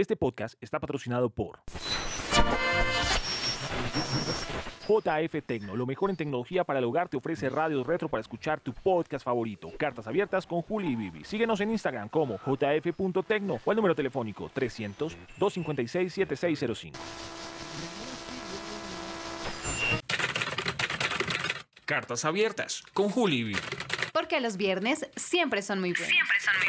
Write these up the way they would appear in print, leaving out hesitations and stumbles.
Este podcast está patrocinado por JF Tecno, lo mejor en tecnología para el hogar, te ofrece radios retro para escuchar tu podcast favorito. Cartas abiertas con Juli y Vivi. Síguenos en Instagram como jf.tecno o al número telefónico 300-256-7605. Cartas abiertas con Juli y Vivi. Porque los viernes siempre son muy buenos.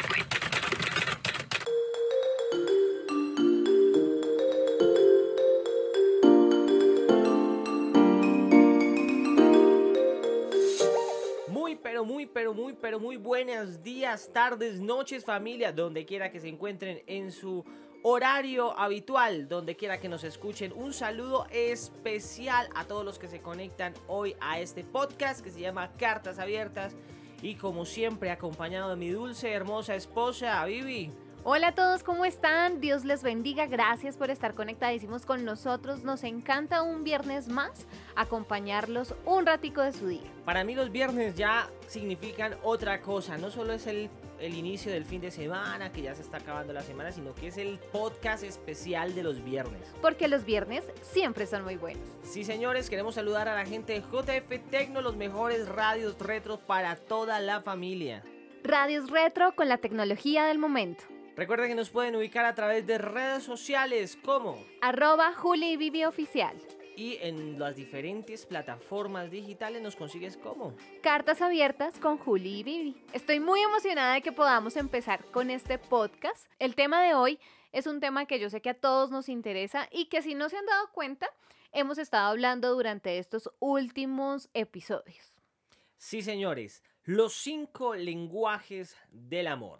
Muy buenos días, tardes, noches, familia, donde quiera que se encuentren en su horario habitual, donde quiera que nos escuchen. Un saludo especial a todos los que se conectan hoy a este podcast que se llama Cartas Abiertas. Y como siempre, acompañado de mi dulce, hermosa esposa, Vivi. Hola a todos, ¿cómo están? Dios les bendiga, gracias por estar conectadísimos con nosotros. Nos encanta un viernes más acompañarlos un ratico de su día. Para mí los viernes ya significan otra cosa, no solo es el inicio del fin de semana, que ya se está acabando la semana, sino que es el podcast especial de los viernes. Porque los viernes siempre son muy buenos. Sí, señores, queremos saludar a la gente de JF Tecno, los mejores radios retro para toda la familia. Radios retro con la tecnología del momento. Recuerden que nos pueden ubicar a través de redes sociales como @JuliViviOficial. Y en las diferentes plataformas digitales nos consigues como Cartas abiertas con Juli y Vivi. Estoy muy emocionada de que podamos empezar con este podcast. El tema de hoy es un tema que yo sé que a todos nos interesa y que, si no se han dado cuenta, hemos estado hablando durante estos últimos episodios. Sí, señores, los 5 lenguajes del amor.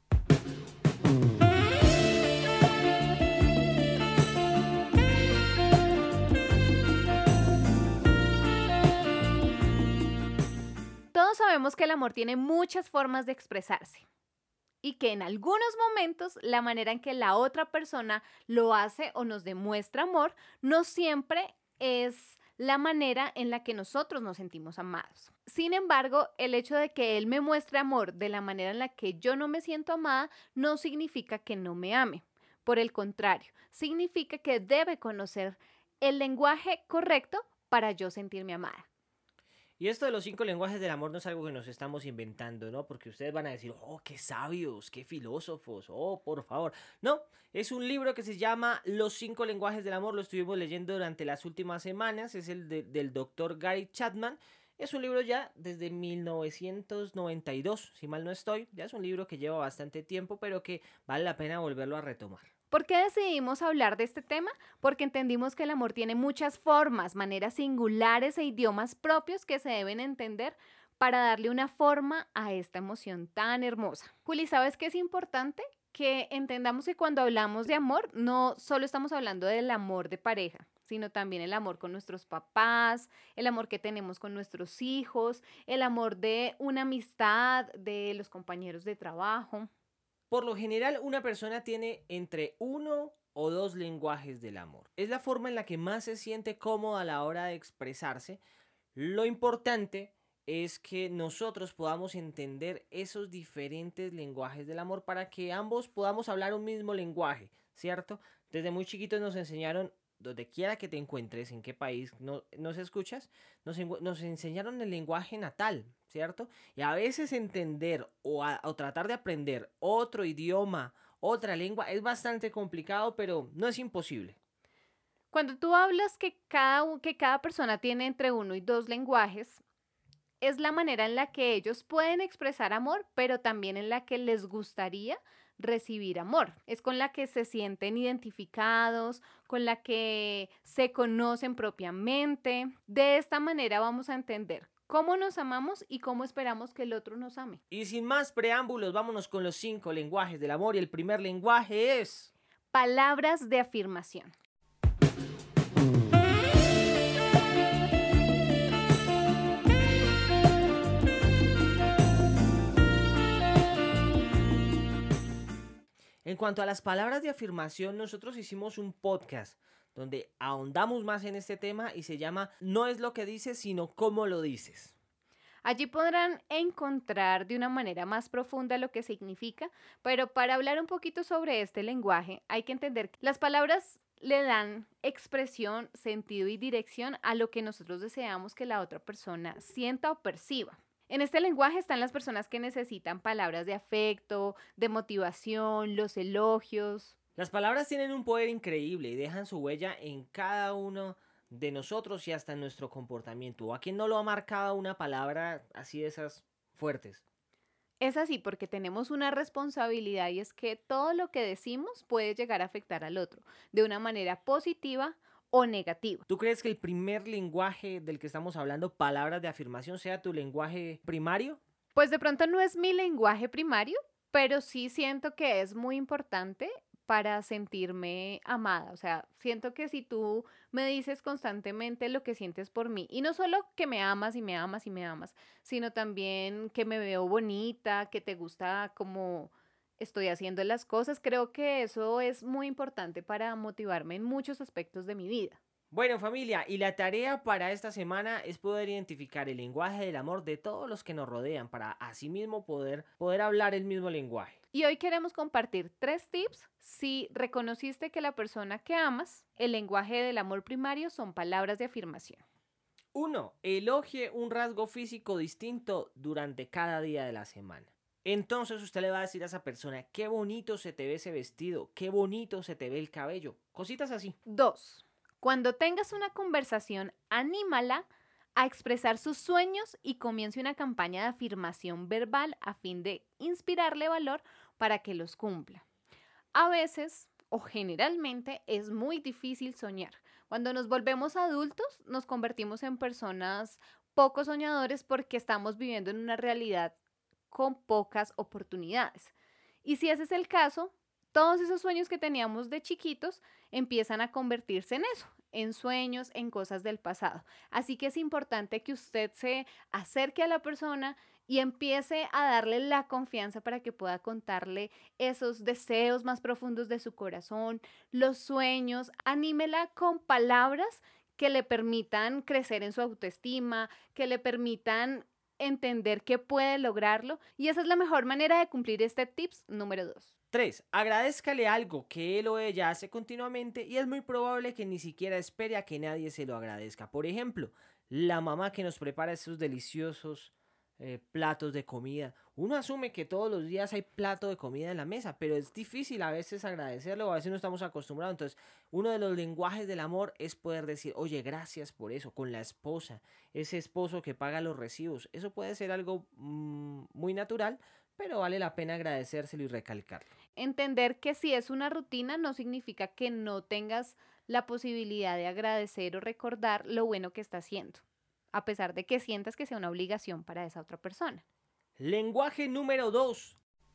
Todos sabemos que el amor tiene muchas formas de expresarse y que en algunos momentos la manera en que la otra persona lo hace o nos demuestra amor no siempre es la manera en la que nosotros nos sentimos amados. Sin embargo, el hecho de que él me muestre amor de la manera en la que yo no me siento amada no significa que no me ame. Por el contrario, significa que debe conocer el lenguaje correcto para yo sentirme amada. Y esto de los 5 lenguajes del amor no es algo que nos estamos inventando, ¿no? Porque ustedes van a decir, oh, qué sabios, qué filósofos, oh, por favor. No, es un libro que se llama Los 5 lenguajes del amor, lo estuvimos leyendo durante las últimas semanas, es el del doctor Gary Chapman. Es un libro ya desde 1992, si mal no estoy. Ya es un libro que lleva bastante tiempo, pero que vale la pena volverlo a retomar. ¿Por qué decidimos hablar de este tema? Porque entendimos que el amor tiene muchas formas, maneras singulares e idiomas propios que se deben entender para darle una forma a esta emoción tan hermosa. Juli, ¿sabes qué es importante? Que entendamos que cuando hablamos de amor, no solo estamos hablando del amor de pareja, sino también el amor con nuestros papás, el amor que tenemos con nuestros hijos, el amor de una amistad, de los compañeros de trabajo. Por lo general, una persona tiene entre 1 o 2 lenguajes del amor. Es la forma en la que más se siente cómoda a la hora de expresarse. Lo importante es que nosotros podamos entender esos diferentes lenguajes del amor para que ambos podamos hablar un mismo lenguaje, ¿cierto? Desde muy chiquitos nos enseñaron, donde quiera que te encuentres, en qué país nos escuchas, nos enseñaron el lenguaje natal, ¿cierto? Y a veces entender o tratar de aprender otro idioma, otra lengua, es bastante complicado, pero no es imposible. Cuando tú hablas que cada persona tiene entre 1 y 2 lenguajes, es la manera en la que ellos pueden expresar amor, pero también en la que les gustaría recibir amor. Es con la que se sienten identificados, con la que se conocen propiamente. De esta manera vamos a entender cómo nos amamos y cómo esperamos que el otro nos ame. Y sin más preámbulos, vámonos con los 5 lenguajes del amor. Y el primer lenguaje es palabras de afirmación. En cuanto a las palabras de afirmación, nosotros hicimos un podcast donde ahondamos más en este tema y se llama No es lo que dices, sino cómo lo dices. Allí podrán encontrar de una manera más profunda lo que significa, pero para hablar un poquito sobre este lenguaje hay que entender que las palabras le dan expresión, sentido y dirección a lo que nosotros deseamos que la otra persona sienta o perciba. En este lenguaje están las personas que necesitan palabras de afecto, de motivación, los elogios. Las palabras tienen un poder increíble y dejan su huella en cada uno de nosotros y hasta en nuestro comportamiento. ¿A quién no lo ha marcado una palabra así de esas fuertes? Es así porque tenemos una responsabilidad y es que todo lo que decimos puede llegar a afectar al otro de una manera positiva o negativa. ¿Tú crees que el primer lenguaje del que estamos hablando, palabras de afirmación, sea tu lenguaje primario? Pues de pronto no es mi lenguaje primario, pero sí siento que es muy importante para sentirme amada. O sea, siento que si tú me dices constantemente lo que sientes por mí, y no solo que me amas y me amas y me amas, sino también que me veo bonita, que te gusta cómo estoy haciendo las cosas, creo que eso es muy importante para motivarme en muchos aspectos de mi vida. Bueno, familia, y la tarea para esta semana es poder identificar el lenguaje del amor de todos los que nos rodean para asimismo poder hablar el mismo lenguaje. Y hoy queremos compartir 3 tips si reconociste que la persona que amas, el lenguaje del amor primario son palabras de afirmación. 1. Elogie un rasgo físico distinto durante cada día de la semana. Entonces usted le va a decir a esa persona, qué bonito se te ve ese vestido, qué bonito se te ve el cabello, cositas así. 2. Cuando tengas una conversación, anímala a expresar sus sueños y comience una campaña de afirmación verbal a fin de inspirarle valor para que los cumpla. A veces o generalmente es muy difícil soñar. Cuando nos volvemos adultos, nos convertimos en personas poco soñadores porque estamos viviendo en una realidad con pocas oportunidades. Y si ese es el caso, todos esos sueños que teníamos de chiquitos empiezan a convertirse en eso, en sueños, en cosas del pasado. Así que es importante que usted se acerque a la persona y empiece a darle la confianza para que pueda contarle esos deseos más profundos de su corazón, los sueños, anímela con palabras que le permitan crecer en su autoestima, que le permitan entender que puede lograrlo y esa es la mejor manera de cumplir este tips número 2. 3. Agradézcale algo que él o ella hace continuamente y es muy probable que ni siquiera espere a que nadie se lo agradezca. Por ejemplo, la mamá que nos prepara esos deliciosos platos de comida. Uno asume que todos los días hay plato de comida en la mesa, pero es difícil a veces agradecerlo, a veces no estamos acostumbrados. Entonces, uno de los lenguajes del amor es poder decir, oye, gracias por eso, con la esposa, ese esposo que paga los recibos. Eso puede ser algo muy natural, pero vale la pena agradecérselo y recalcarlo. Entender que si es una rutina no significa que no tengas la posibilidad de agradecer o recordar lo bueno que está haciendo, a pesar de que sientas que sea una obligación para esa otra persona. Lenguaje número 2.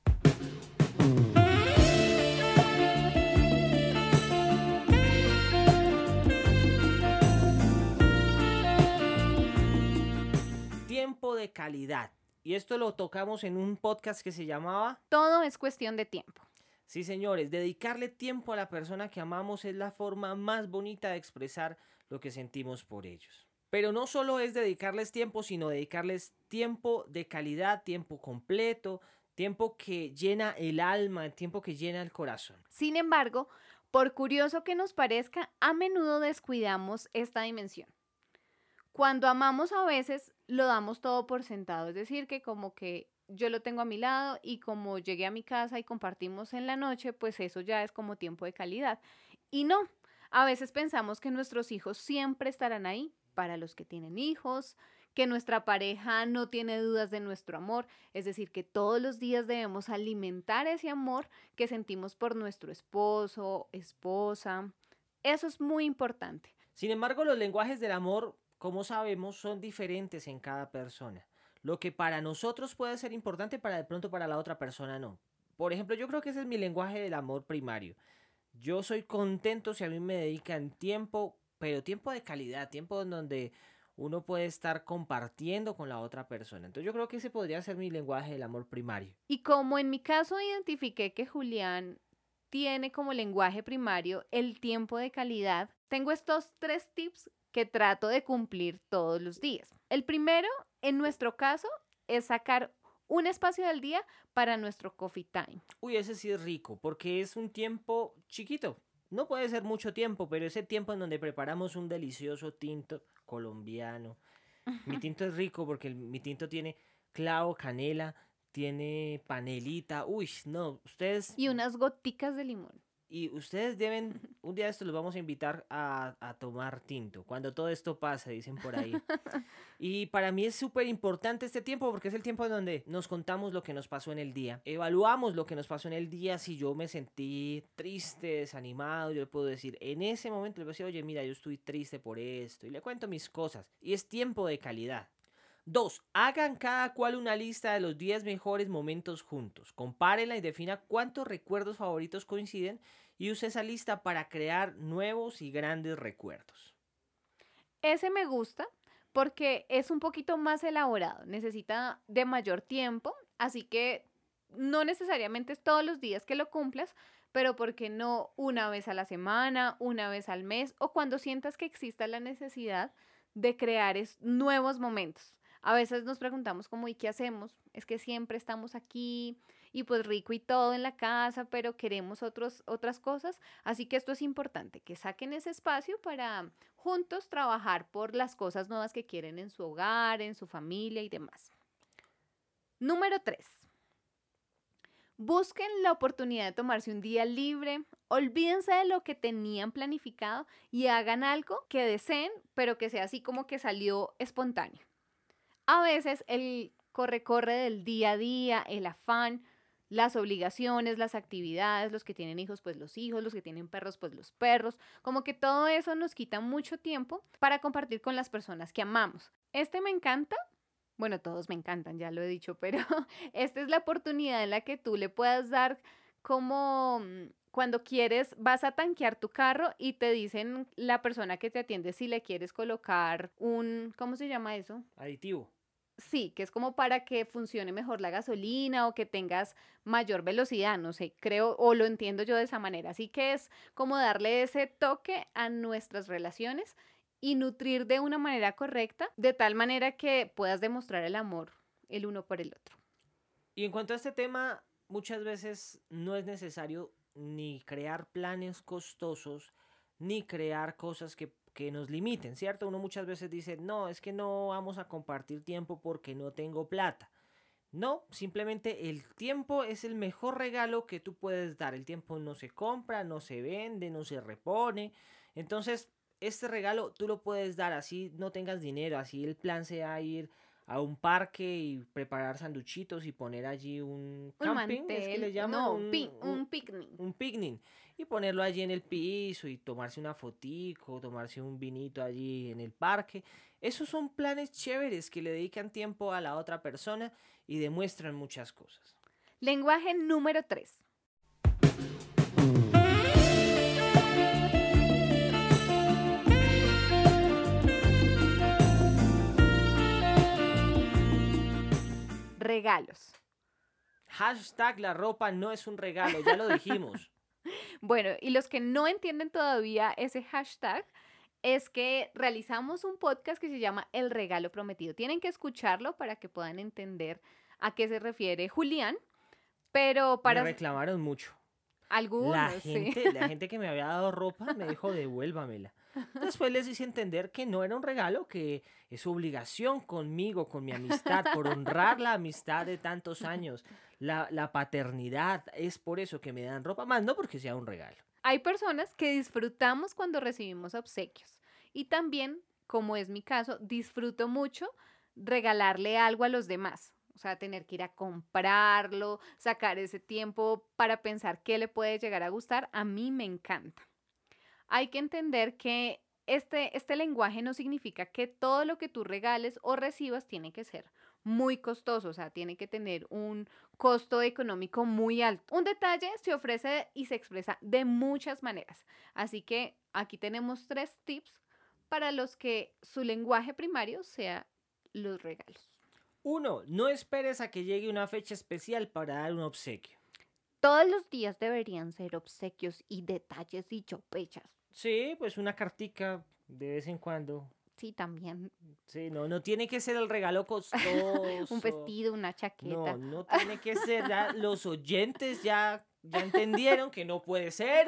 Tiempo de calidad. Y esto lo tocamos en un podcast que se llamaba Todo es cuestión de tiempo. Sí, señores, dedicarle tiempo a la persona que amamos es la forma más bonita de expresar lo que sentimos por ellos. Pero no solo es dedicarles tiempo, sino dedicarles tiempo de calidad, tiempo completo, tiempo que llena el alma, tiempo que llena el corazón. Sin embargo, por curioso que nos parezca, a menudo descuidamos esta dimensión. Cuando amamos a veces lo damos todo por sentado, es decir, que como que yo lo tengo a mi lado y como llegué a mi casa y compartimos en la noche, pues eso ya es como tiempo de calidad. Y no, a veces pensamos que nuestros hijos siempre estarán ahí para los que tienen hijos, que nuestra pareja no tiene dudas de nuestro amor, es decir, que todos los días debemos alimentar ese amor que sentimos por nuestro esposo, esposa. Eso es muy importante. Sin embargo, los lenguajes del amor, como sabemos, son diferentes en cada persona. Lo que para nosotros puede ser importante, de pronto para la otra persona no. Por ejemplo, yo creo que ese es mi lenguaje del amor primario. Yo soy contento si a mí me dedican tiempo, pero tiempo de calidad, tiempo en donde uno puede estar compartiendo con la otra persona. Entonces yo creo que ese podría ser mi lenguaje del amor primario. Y como en mi caso identifiqué que Julián tiene como lenguaje primario el tiempo de calidad, tengo estos 3 tips que trato de cumplir todos los días. El primero, en nuestro caso, es sacar un espacio del día para nuestro coffee time. Uy, ese sí es rico, porque es un tiempo chiquito. No puede ser mucho tiempo, pero ese tiempo en donde preparamos un delicioso tinto colombiano. Mi tinto es rico porque mi tinto tiene clavo, canela, tiene panelita. Uy, no, Y unas goticas de limón. ustedes deben, un día de estos los vamos a invitar a tomar tinto, cuando todo esto pase, dicen por ahí. Y para mí es súper importante este tiempo porque es el tiempo en donde nos contamos lo que nos pasó en el día. Evaluamos lo que nos pasó en el día. Si yo me sentí triste, desanimado, yo le puedo decir, en ese momento le puedo decir, oye, mira, yo estoy triste por esto. Y le cuento mis cosas. Y es tiempo de calidad. 2. Hagan cada cual una lista de los 10 mejores momentos juntos. Compárenla y defina cuántos recuerdos favoritos coinciden y use esa lista para crear nuevos y grandes recuerdos. Ese me gusta porque es un poquito más elaborado, necesita de mayor tiempo, así que no necesariamente es todos los días que lo cumplas, pero ¿por qué no una vez a la semana, una vez al mes o cuando sientas que exista la necesidad de crear nuevos momentos? A veces nos preguntamos como, ¿y qué hacemos? Es que siempre estamos aquí y pues rico y todo en la casa, pero queremos otras cosas. Así que esto es importante, que saquen ese espacio para juntos trabajar por las cosas nuevas que quieren en su hogar, en su familia y demás. Número 3. Busquen la oportunidad de tomarse un día libre, olvídense de lo que tenían planificado y hagan algo que deseen, pero que sea así como que salió espontáneo. A veces el corre-corre del día a día, el afán, las obligaciones, las actividades, los que tienen hijos, pues los hijos, los que tienen perros, pues los perros, como que todo eso nos quita mucho tiempo para compartir con las personas que amamos. Este me encanta, bueno, todos me encantan, ya lo he dicho, pero esta es la oportunidad en la que tú le puedas dar como cuando quieres, vas a tanquear tu carro y te dicen la persona que te atiende si le quieres colocar ¿cómo se llama eso? Aditivo. Sí, que es como para que funcione mejor la gasolina o que tengas mayor velocidad, no sé, creo o lo entiendo yo de esa manera. Así que es como darle ese toque a nuestras relaciones y nutrir de una manera correcta, de tal manera que puedas demostrar el amor el uno por el otro. Y en cuanto a este tema, muchas veces no es necesario ni crear planes costosos, ni crear cosas que nos limiten, ¿cierto? Uno muchas veces dice, no, es que no vamos a compartir tiempo porque no tengo plata. No, simplemente el tiempo es el mejor regalo que tú puedes dar. El tiempo no se compra, no se vende, no se repone. Entonces, este regalo tú lo puedes dar así no tengas dinero, así el plan sea ir a un parque y preparar sanduchitos y poner allí un Un camping, es que le mantel, llaman no, un picnic. un picnic y ponerlo allí en el piso y tomarse una fotico, tomarse un vinito allí en el parque. Esos son planes chéveres que le dedican tiempo a la otra persona y demuestran muchas cosas. Lenguaje número 3. Regalos. Hashtag la ropa no es un regalo, ya lo dijimos. Bueno, y los que no entienden todavía ese hashtag, es que realizamos un podcast que se llama El Regalo Prometido. Tienen que escucharlo para que puedan entender a qué se refiere Julián, pero Me para reclamaron mucho. algunos, sí. La gente que me había dado ropa me dijo devuélvamela. Después les hice entender que no era un regalo, que es su obligación conmigo, con mi amistad, por honrar la amistad de tantos años, la paternidad. Es por eso que me dan ropa, más no porque sea un regalo. Hay personas que disfrutamos cuando recibimos obsequios y también, como es mi caso, disfruto mucho regalarle algo a los demás. O sea, tener que ir a comprarlo, sacar ese tiempo para pensar qué le puede llegar a gustar, a mí me encanta. Hay que entender que este lenguaje no significa que todo lo que tú regales o recibas tiene que ser muy costoso, o sea, tiene que tener un costo económico muy alto. Un detalle se ofrece y se expresa de muchas maneras. Así que aquí tenemos 3 tips para los que su lenguaje primario sea los regalos. 1. No esperes a que llegue una fecha especial para dar un obsequio. Todos los días deberían ser obsequios y detalles y chopechas. Sí, pues una cartica de vez en cuando. Sí, también. Sí, no tiene que ser el regalo Un costoso. vestido, una chaqueta. No tiene que ser. Ya los oyentes ya entendieron que no puede ser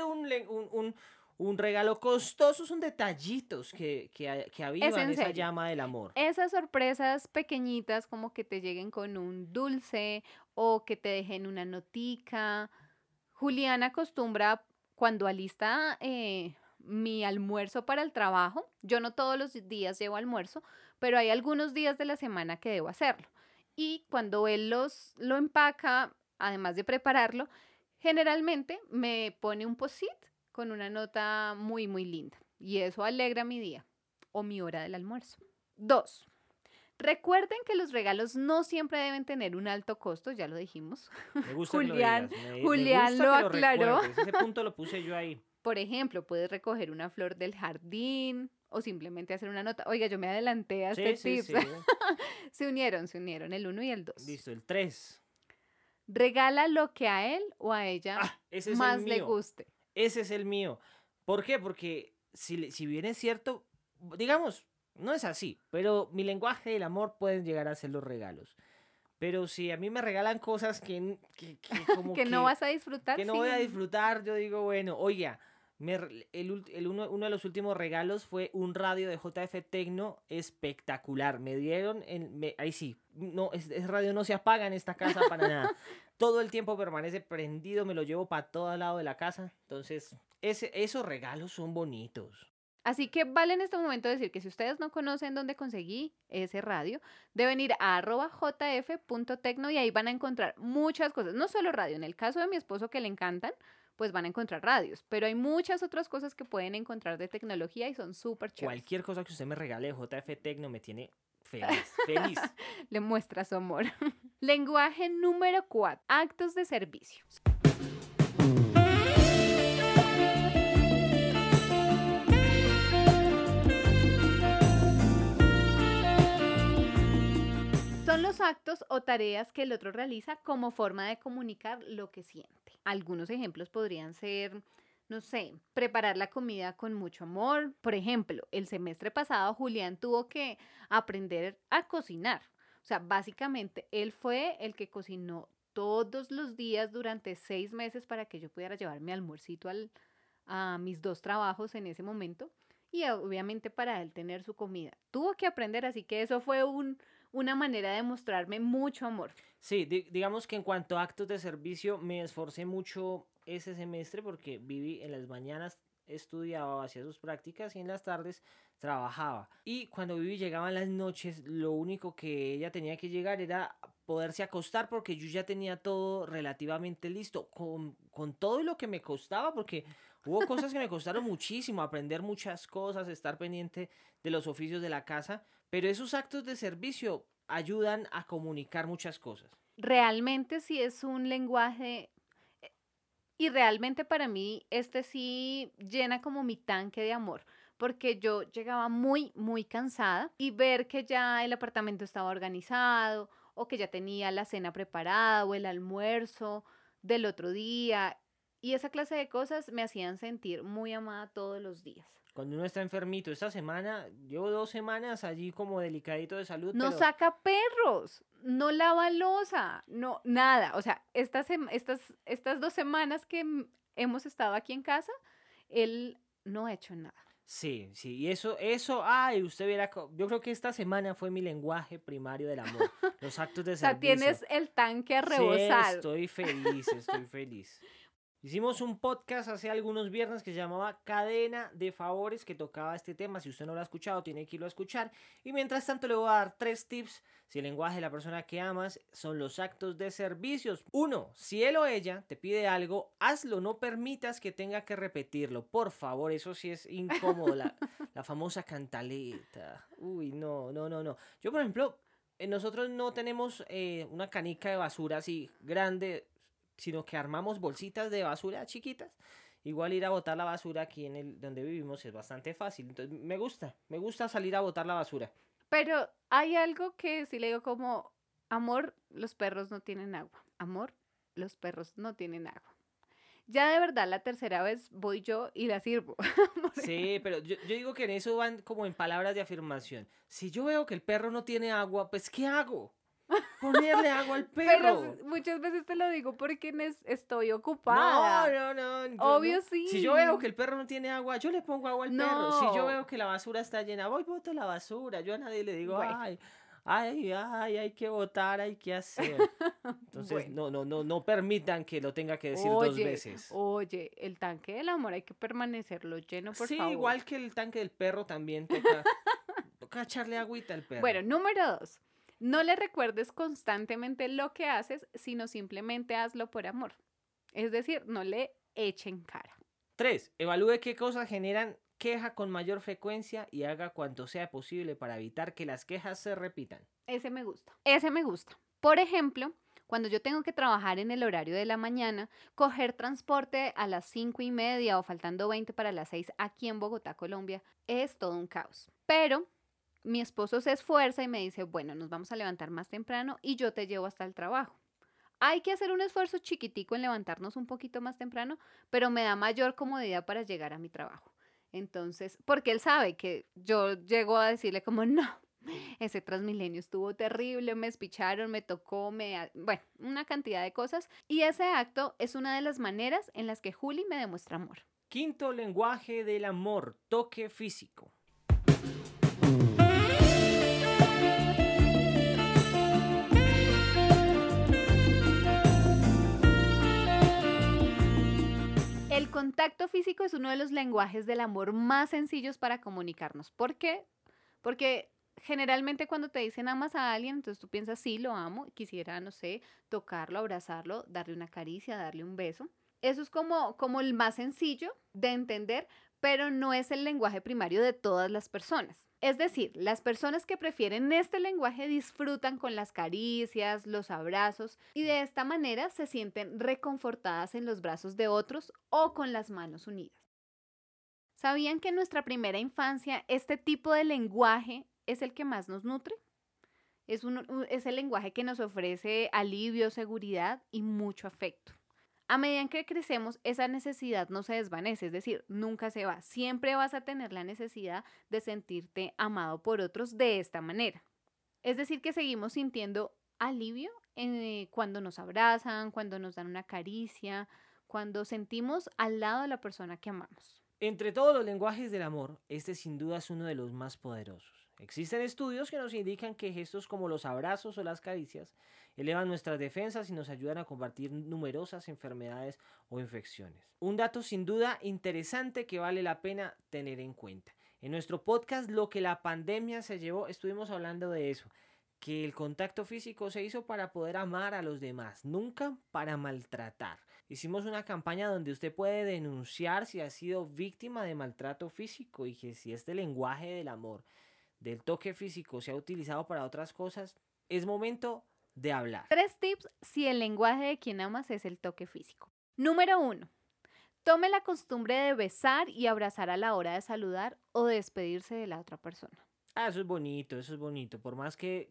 un regalo costoso, son detallitos que Es avivan en esa serio. llama del amor. Esas sorpresas pequeñitas como que te lleguen con un dulce o que te dejen una notica. Juliana acostumbra cuando alista mi almuerzo para el trabajo, yo no todos los días llevo almuerzo, pero hay algunos días de la semana que debo hacerlo. Y cuando él lo empaca, además de prepararlo, generalmente me pone un post-it con una nota muy, muy linda. Y eso alegra mi día o mi hora del almuerzo. 2. Recuerden que los regalos no siempre deben tener un alto costo, ya lo dijimos. Me gusta que lo Julián, digas. Me Julián gusta lo que lo aclaró. recuerdes. Ese punto lo puse yo ahí. Por ejemplo, puedes recoger una flor del jardín o simplemente hacer una nota. Oiga, yo me adelanté a este Sí, sí, tips. sí. Se unieron el uno y el 2. Listo, el 3. Regala lo que a él o a ella Ah, ese es el más le mío. guste. Ese es el mío. ¿Por qué? Porque si bien es cierto, digamos, no es así, pero mi lenguaje del amor pueden llegar a ser los regalos. Pero si a mí me regalan cosas que como Que no vas a disfrutar. que no Sí. voy a disfrutar, yo digo, bueno, oiga, uno de los últimos regalos fue un radio de JF Tecno espectacular. Me dieron, ahí sí, no, ese radio no se apaga en esta casa para nada. Todo el tiempo permanece prendido, me lo llevo para todo lado de la casa. Entonces, esos regalos son bonitos. Así que vale en este momento decir que si ustedes no conocen dónde conseguí ese radio, deben ir a @jf.tecno y ahí van a encontrar muchas cosas. No solo radio, en el caso de mi esposo que le encantan, pues van a encontrar radios, pero hay muchas otras cosas que pueden encontrar de tecnología y son súper chéveres. Cualquier cosa que usted me regale de JF Tecno me tiene feliz, feliz. Le muestra su amor. Lenguaje número 4. Actos de servicio. Son los actos o tareas que el otro realiza como forma de comunicar lo que siente. Algunos ejemplos podrían ser, no sé, preparar la comida con mucho amor. Por ejemplo, el semestre pasado Julián tuvo que aprender a cocinar. O sea, básicamente él fue el que cocinó todos los días durante 6 meses para que yo pudiera llevar mi almuercito a mis 2 trabajos en ese momento. Y obviamente para él tener su comida. Tuvo que aprender, así que eso fue una manera de mostrarme mucho amor. Sí, digamos que en cuanto a actos de servicio me esforcé mucho ese semestre porque viví en las mañanas estudiaba, hacía sus prácticas y en las tardes trabajaba. Y cuando Vivi llegaba en las noches, lo único que ella tenía que llegar era poderse acostar porque yo ya tenía todo relativamente listo, con todo lo que me costaba, porque hubo cosas que me costaron muchísimo, aprender muchas cosas, estar pendiente de los oficios de la casa, pero esos actos de servicio ayudan a comunicar muchas cosas. Realmente sí es un lenguaje y realmente para mí este sí llena como mi tanque de amor, porque yo llegaba muy, muy cansada y ver que ya el apartamento estaba organizado o que ya tenía la cena preparada o el almuerzo del otro día y esa clase de cosas me hacían sentir muy amada todos los días. Cuando uno está enfermito, esta semana, llevo 2 semanas allí como delicadito de salud, No pero saca perros, no lava loza, no, nada. O sea, estas 2 semanas que hemos estado aquí en casa, él no ha hecho nada. sí, sí, y ay, usted verá, yo creo que esta semana fue mi lenguaje primario del amor, los actos de O sea, servicio. tienes el tanque a Sí, rebosar. estoy feliz, estoy feliz. Hicimos un podcast hace algunos viernes que se llamaba Cadena de Favores, que tocaba este tema. Si usted no lo ha escuchado, tiene que irlo a escuchar. Y mientras tanto le voy a dar 3 tips. Si el lenguaje de la persona que amas son los actos de servicios. 1. Si él o ella te pide algo, hazlo. No permitas que tenga que repetirlo. Por favor, eso sí es incómodo. La famosa cantaleta. Uy, no. Yo, por ejemplo, nosotros no tenemos una canica de basura así grande, sino que armamos bolsitas de basura chiquitas. Igual ir a botar la basura aquí donde vivimos es bastante fácil. Entonces me gusta salir a botar la basura. Pero hay algo que sí le digo como, amor, los perros no tienen agua. Amor, los perros no tienen agua. Ya de verdad la tercera vez voy yo y la sirvo. Sí, pero yo digo que en eso van como en palabras de afirmación. Si yo veo que el perro no tiene agua, pues ¿qué hago? Ponerle agua al Pero perro. muchas veces te lo digo porque estoy No, ocupada. no, yo Obvio no. Si yo veo que sí. el perro no tiene agua, yo le pongo agua al perro. Si yo No. veo que la basura está llena, voy boto la basura. Yo a nadie le digo, Bueno, hay que botar, hay que hacer. Entonces, bueno. no permitan que lo tenga que decir dos Oye, veces. oye, el tanque del amor hay que permanecerlo lleno, por Sí, favor. igual que el tanque del perro también toca echarle agüita al perro. Bueno, número 2. No le recuerdes constantemente lo que haces, sino simplemente hazlo por amor. Es decir, no le echen cara. 3. Evalúe qué cosas generan queja con mayor frecuencia y haga cuanto sea posible para evitar que las quejas se repitan. Ese me gusta. Ese me gusta. Por ejemplo, cuando yo tengo que trabajar en el horario de la mañana, coger transporte a las 5:30 o faltando 20 para las 6 aquí en Bogotá, Colombia, es todo un caos. Pero mi esposo se esfuerza y me dice, bueno, nos vamos a levantar más temprano y yo te llevo hasta el trabajo. Hay que hacer un esfuerzo chiquitico en levantarnos un poquito más temprano, pero me da mayor comodidad para llegar a mi trabajo. Entonces, porque él sabe que yo llego a decirle como, no, ese Transmilenio estuvo terrible, me espicharon, me tocó, bueno, una cantidad de cosas. Y ese acto es una de las maneras en las que Juli me demuestra amor. 5. Lenguaje del amor, toque físico. El contacto físico es uno de los lenguajes del amor más sencillos para comunicarnos. ¿Por qué? Porque generalmente cuando te dicen amas a alguien, entonces tú piensas, sí, lo amo, quisiera, no sé, tocarlo, abrazarlo, darle una caricia, darle un beso. Eso es como el más sencillo de entender, pero no es el lenguaje primario de todas las personas. Es decir, las personas que prefieren este lenguaje disfrutan con las caricias, los abrazos y de esta manera se sienten reconfortadas en los brazos de otros o con las manos unidas. ¿Sabían que en nuestra primera infancia este tipo de lenguaje es el que más nos nutre? Es el lenguaje que nos ofrece alivio, seguridad y mucho afecto. A medida que crecemos, esa necesidad no se desvanece, es decir, nunca se va. Siempre vas a tener la necesidad de sentirte amado por otros de esta manera. Es decir, que seguimos sintiendo alivio cuando nos abrazan, cuando nos dan una caricia, cuando sentimos al lado de la persona que amamos. Entre todos los lenguajes del amor, este sin duda es uno de los más poderosos. Existen estudios que nos indican que gestos como los abrazos o las caricias elevan nuestras defensas y nos ayudan a combatir numerosas enfermedades o infecciones. Un dato sin duda interesante que vale la pena tener en cuenta. En nuestro podcast Lo que la pandemia se llevó, estuvimos hablando de eso, que el contacto físico se hizo para poder amar a los demás, nunca para maltratar. Hicimos una campaña donde usted puede denunciar si ha sido víctima de maltrato físico y que si este lenguaje del amor, del toque físico se ha utilizado para otras cosas, es momento de hablar. 3 tips si el lenguaje de quien amas es el toque físico. Número 1. Tome la costumbre de besar y abrazar a la hora de saludar o de despedirse de la otra persona. Eso es bonito, eso es bonito. Por más que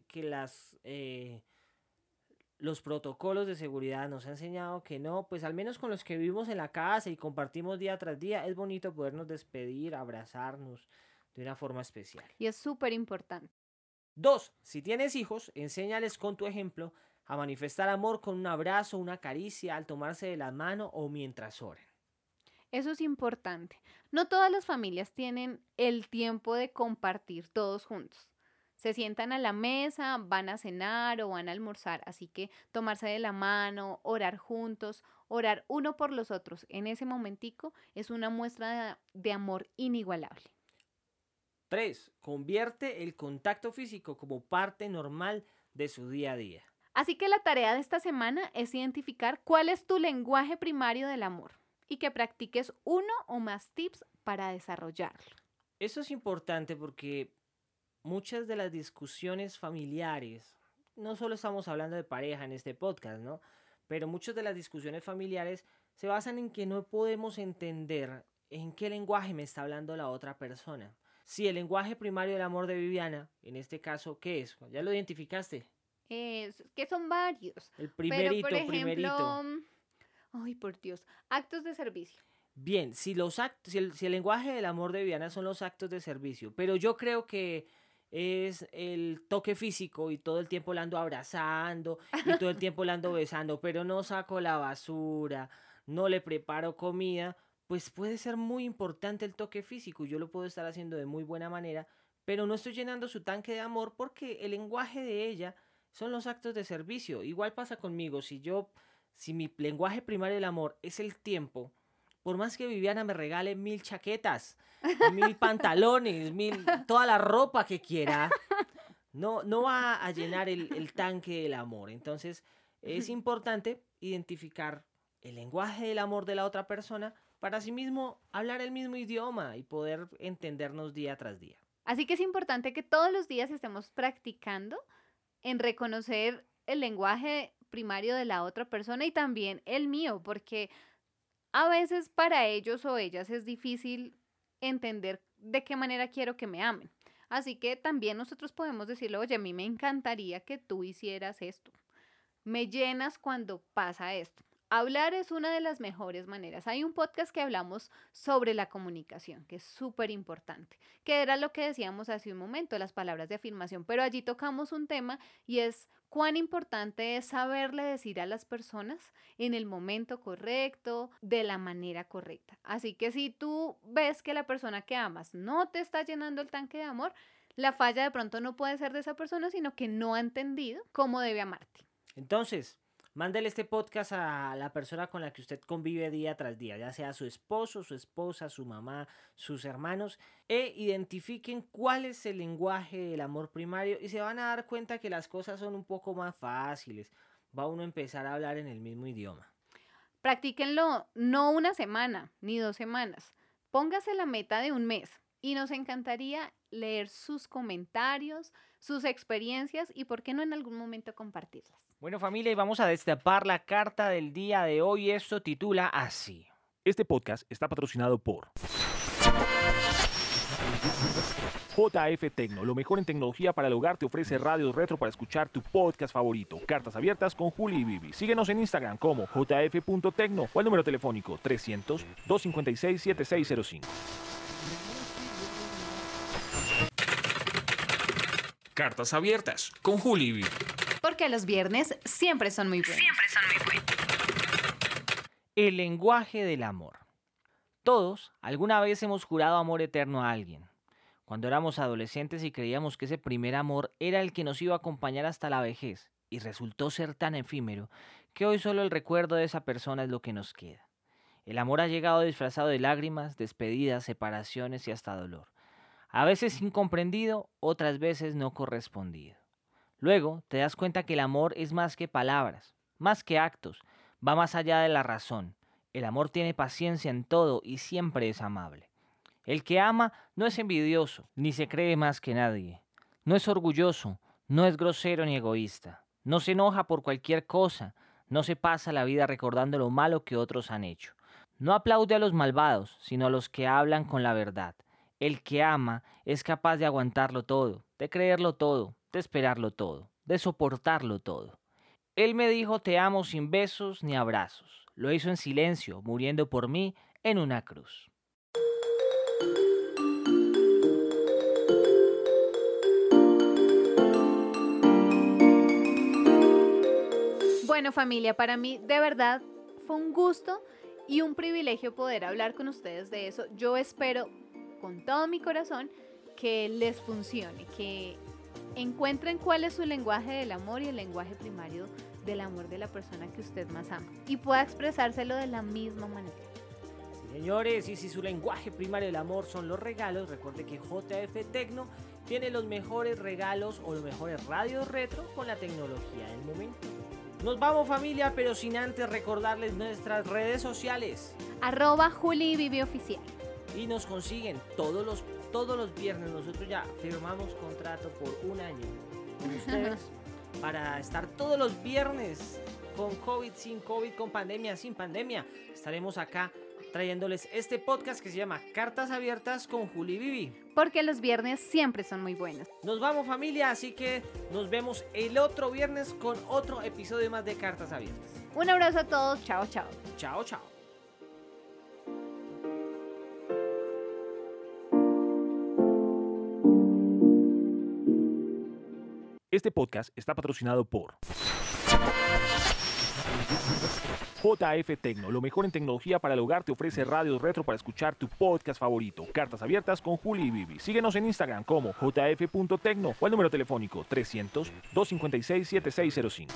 los protocolos de seguridad nos han enseñado que no, pues al menos con los que vivimos en la casa y compartimos día tras día, es bonito podernos despedir, abrazarnos de una forma especial. Y es súper importante. 2. Si tienes hijos, enséñales con tu ejemplo a manifestar amor con un abrazo, una caricia, al tomarse de la mano o mientras oren. Eso es importante. No todas las familias tienen el tiempo de compartir todos juntos. Se sientan a la mesa, van a cenar o van a almorzar, así que tomarse de la mano, orar juntos, orar uno por los otros en ese momentico es una muestra de amor inigualable. 3. Convierte el contacto físico como parte normal de su día a día. Así que la tarea de esta semana es identificar cuál es tu lenguaje primario del amor y que practiques uno o más tips para desarrollarlo. Eso es importante porque muchas de las discusiones familiares, no solo estamos hablando de pareja en este podcast, ¿no? Pero muchas de las discusiones familiares se basan en que no podemos entender en qué lenguaje me está hablando la otra persona. Si el lenguaje primario del amor de Viviana, en este caso, ¿qué es? ¿Ya lo identificaste? Que son varios. El primerito, Pero, por ejemplo, primerito. Ay, por Dios. Actos de servicio. Bien, si el lenguaje del amor de Viviana son los actos de servicio, pero yo creo que es el toque físico y todo el tiempo la ando abrazando y todo el tiempo la ando besando, pero no saco la basura, no le preparo comida, pues puede ser muy importante el toque físico y yo lo puedo estar haciendo de muy buena manera, pero no estoy llenando su tanque de amor porque el lenguaje de ella son los actos de servicio. Igual pasa conmigo, si mi lenguaje primario del amor es el tiempo, por más que Viviana me regale 1000 chaquetas, 1000 pantalones, toda la ropa que quiera, no va a llenar el tanque del amor. Entonces, es importante identificar el lenguaje del amor de la otra persona para asimismo hablar el mismo idioma y poder entendernos día tras día. Así que es importante que todos los días estemos practicando en reconocer el lenguaje primario de la otra persona y también el mío, porque a veces para ellos o ellas es difícil entender de qué manera quiero que me amen. Así que también nosotros podemos decirle, oye, a mí me encantaría que tú hicieras esto. Me llenas cuando pasa esto. Hablar es una de las mejores maneras. Hay un podcast que hablamos sobre la comunicación, que es súper importante, que era lo que decíamos hace un momento, las palabras de afirmación, pero allí tocamos un tema y es cuán importante es saberle decir a las personas en el momento correcto, de la manera correcta. Así que si tú ves que la persona que amas no te está llenando el tanque de amor, la falla de pronto no puede ser de esa persona, sino que no ha entendido cómo debe amarte. Entonces, mándele este podcast a la persona con la que usted convive día tras día, ya sea su esposo, su esposa, su mamá, sus hermanos, e identifiquen cuál es el lenguaje del amor primario y se van a dar cuenta que las cosas son un poco más fáciles. Va uno a empezar a hablar en el mismo idioma. Practíquenlo no una semana ni 2 semanas. Póngase la meta de un mes y nos encantaría leer sus comentarios, sus experiencias y por qué no en algún momento compartirlas. Bueno, familia, y vamos a destapar la carta del día de hoy. Esto titula así. Este podcast está patrocinado por JF Tecno, lo mejor en tecnología para el hogar, te ofrece radios retro para escuchar tu podcast favorito. Cartas abiertas con Juli y Vivi. Síguenos en Instagram como jf.tecno o al número telefónico 300-256-7605. Cartas abiertas con Juli y Vivi. Porque los viernes siempre son muy buenos. El lenguaje del amor. Todos alguna vez hemos jurado amor eterno a alguien. Cuando éramos adolescentes y creíamos que ese primer amor era el que nos iba a acompañar hasta la vejez, y resultó ser tan efímero que hoy solo el recuerdo de esa persona es lo que nos queda. El amor ha llegado disfrazado de lágrimas, despedidas, separaciones y hasta dolor. A veces incomprendido, otras veces no correspondido. Luego te das cuenta que el amor es más que palabras, más que actos, va más allá de la razón. El amor tiene paciencia en todo y siempre es amable. El que ama no es envidioso, ni se cree más que nadie. No es orgulloso, no es grosero ni egoísta. No se enoja por cualquier cosa, no se pasa la vida recordando lo malo que otros han hecho. No aplaude a los malvados, sino a los que hablan con la verdad. El que ama es capaz de aguantarlo todo, de creerlo todo, de esperarlo todo, de soportarlo todo. Él me dijo te amo sin besos ni abrazos. Lo hizo en silencio, muriendo por mí en una cruz. Bueno, familia, para mí de verdad fue un gusto y un privilegio poder hablar con ustedes de eso. Yo espero con todo mi corazón que les funcione, que encuentren cuál es su lenguaje del amor y el lenguaje primario del amor de la persona que usted más ama y pueda expresárselo de la misma manera. Sí, señores, y si su lenguaje primario del amor son los regalos, recuerde que JF Tecno tiene los mejores regalos o los mejores radios retro con la tecnología del momento. Nos vamos, familia, pero sin antes recordarles nuestras redes sociales. @JuliViviOficial. Y nos consiguen todos los viernes. Nosotros ya firmamos contrato por un año con ustedes para estar todos los viernes con COVID, sin COVID, con pandemia, sin pandemia. Estaremos acá trayéndoles este podcast que se llama Cartas Abiertas con Juli y Vivi. Porque los viernes siempre son muy buenos. Nos vamos, familia, así que nos vemos el otro viernes con otro episodio más de Cartas Abiertas. Un abrazo a todos. Chao, chao. Chao, chao. Este podcast está patrocinado por JF Tecno, lo mejor en tecnología para el hogar, te ofrece radios retro para escuchar tu podcast favorito. Cartas abiertas con Juli y Vivi. Síguenos en Instagram como jf.tecno o al número telefónico 300-256-7605.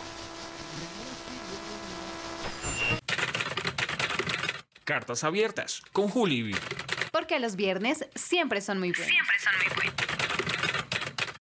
Cartas abiertas con Juli y Vivi. Porque los viernes siempre son muy buenos.